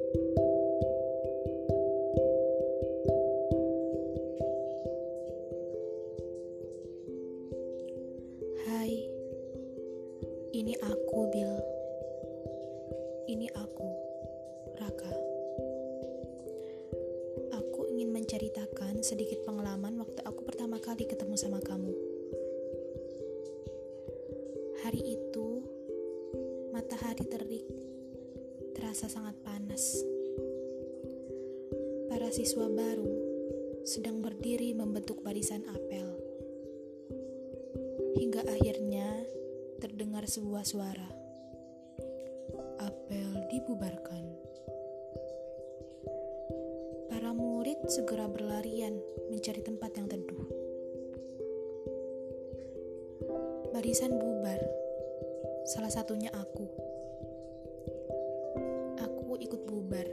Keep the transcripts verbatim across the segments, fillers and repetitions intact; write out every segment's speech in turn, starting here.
Hai, ini aku Bill. Ini aku, Raka. Aku ingin menceritakan sedikit pengalaman waktu aku pertama kali ketemu sama kamu. Hari itu, matahari terik, terasa sangat panas. Para siswa baru sedang berdiri membentuk barisan apel. Hingga akhirnya terdengar sebuah suara. Apel dibubarkan. Para murid segera berlarian mencari tempat yang teduh. Barisan bubar, salah satunya aku. Aku ikut bubar.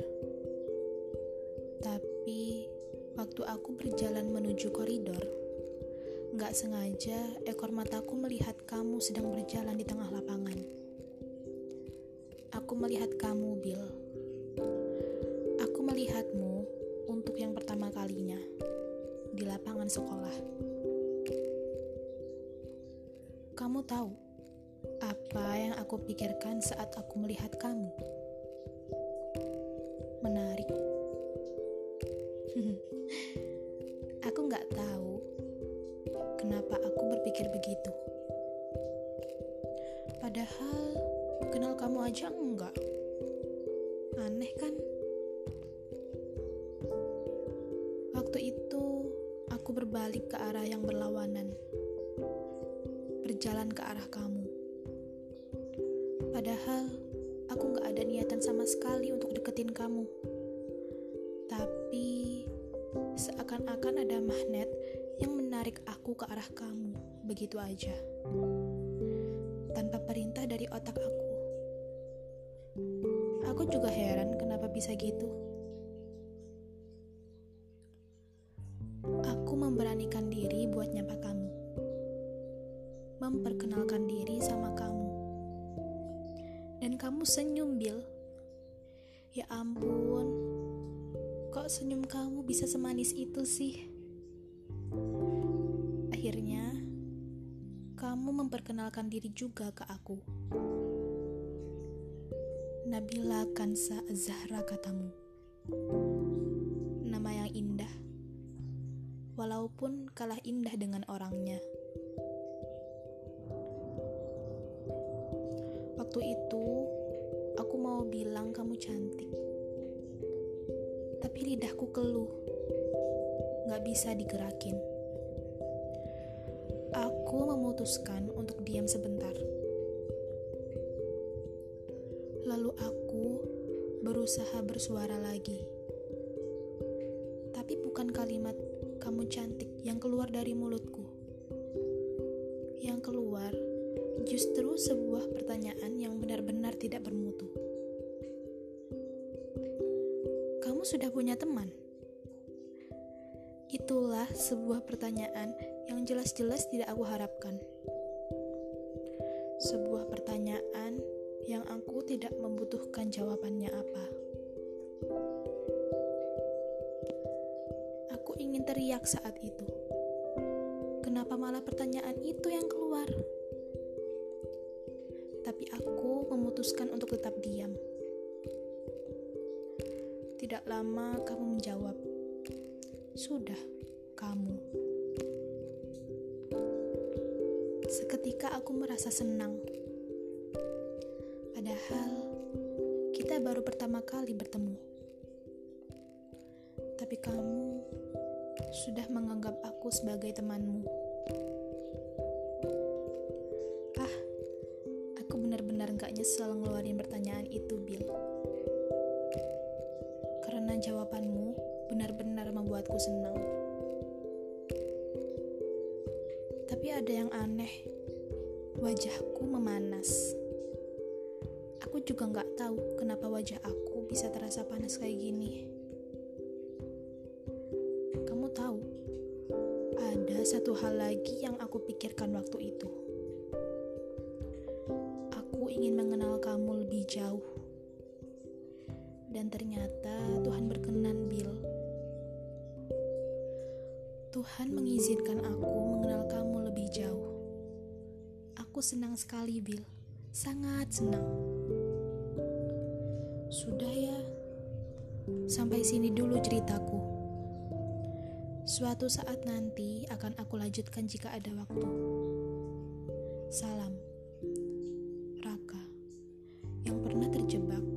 Tapi waktu aku berjalan menuju koridor, gak sengaja ekor mataku melihat kamu sedang berjalan di tengah lapangan. Aku melihat kamu, Bill. Aku melihatmu untuk yang pertama kalinya di lapangan sekolah. Kamu tahu apa yang aku pikirkan saat aku melihat kamu? Menarik. Aku gak tahu kenapa aku berpikir begitu. Padahal kenal kamu aja enggak. Aneh kan? Waktu itu aku berbalik ke arah yang berlawanan, berjalan ke arah kamu. Padahal aku gak ada niatan sama sekali untuk deketin kamu. Tapi seakan-akan ada magnet yang menarik aku ke arah kamu begitu aja, tanpa perintah dari otak aku. Aku juga heran kenapa bisa gitu. Aku memberanikan diri buat nyapa kamu, memperkenalkan diri sama kamu. Dan kamu senyum, Bill. Ya ampun, kok senyum kamu bisa semanis itu sih? Akhirnya, kamu memperkenalkan diri juga ke aku. Nabila Kansa Zahra katamu. Nama yang indah, walaupun kalah indah dengan orangnya. Waktu itu, aku mau bilang kamu cantik. Tapi lidahku keluh, gak bisa digerakin. Aku memutuskan untuk diam sebentar. Lalu aku berusaha bersuara lagi. Tapi bukan kalimat kamu cantik yang keluar dari mulutku. Yang keluar justru sebuah pertanyaan yang benar-benar tidak bermutu. Kamu sudah punya teman? Itulah sebuah pertanyaan yang jelas-jelas tidak aku harapkan. Sebuah pertanyaan yang aku tidak membutuhkan jawabannya apa. Aku ingin teriak saat itu. Kenapa malah pertanyaan itu yang keluar? Tapi aku memutuskan untuk tetap diam. Tidak lama kamu menjawab, "Sudah, kamu." Seketika aku merasa senang. Padahal kita baru pertama kali bertemu. Tapi kamu sudah menganggap aku sebagai temanmu. Ah, aku benar-benar gak nyesel ngeluarin pertanyaan itu, Bill. Karena jawabanmu benar-benar membuatku senang. Tapi ada yang aneh, wajahku memanas. Aku juga gak tahu kenapa wajah aku bisa terasa panas kayak gini. Kamu tahu, ada satu hal lagi yang aku pikirkan waktu itu. Aku ingin mengenal kamu lebih jauh. Dan ternyata Tuhan berkenan, Bill. Tuhan mengizinkan aku mengenal kamu lebih jauh. Aku senang sekali, Bill. Sangat senang. Sudah ya, sampai sini dulu ceritaku. Suatu saat nanti akan aku lanjutkan jika ada waktu. Salam, Raka, yang pernah terjebak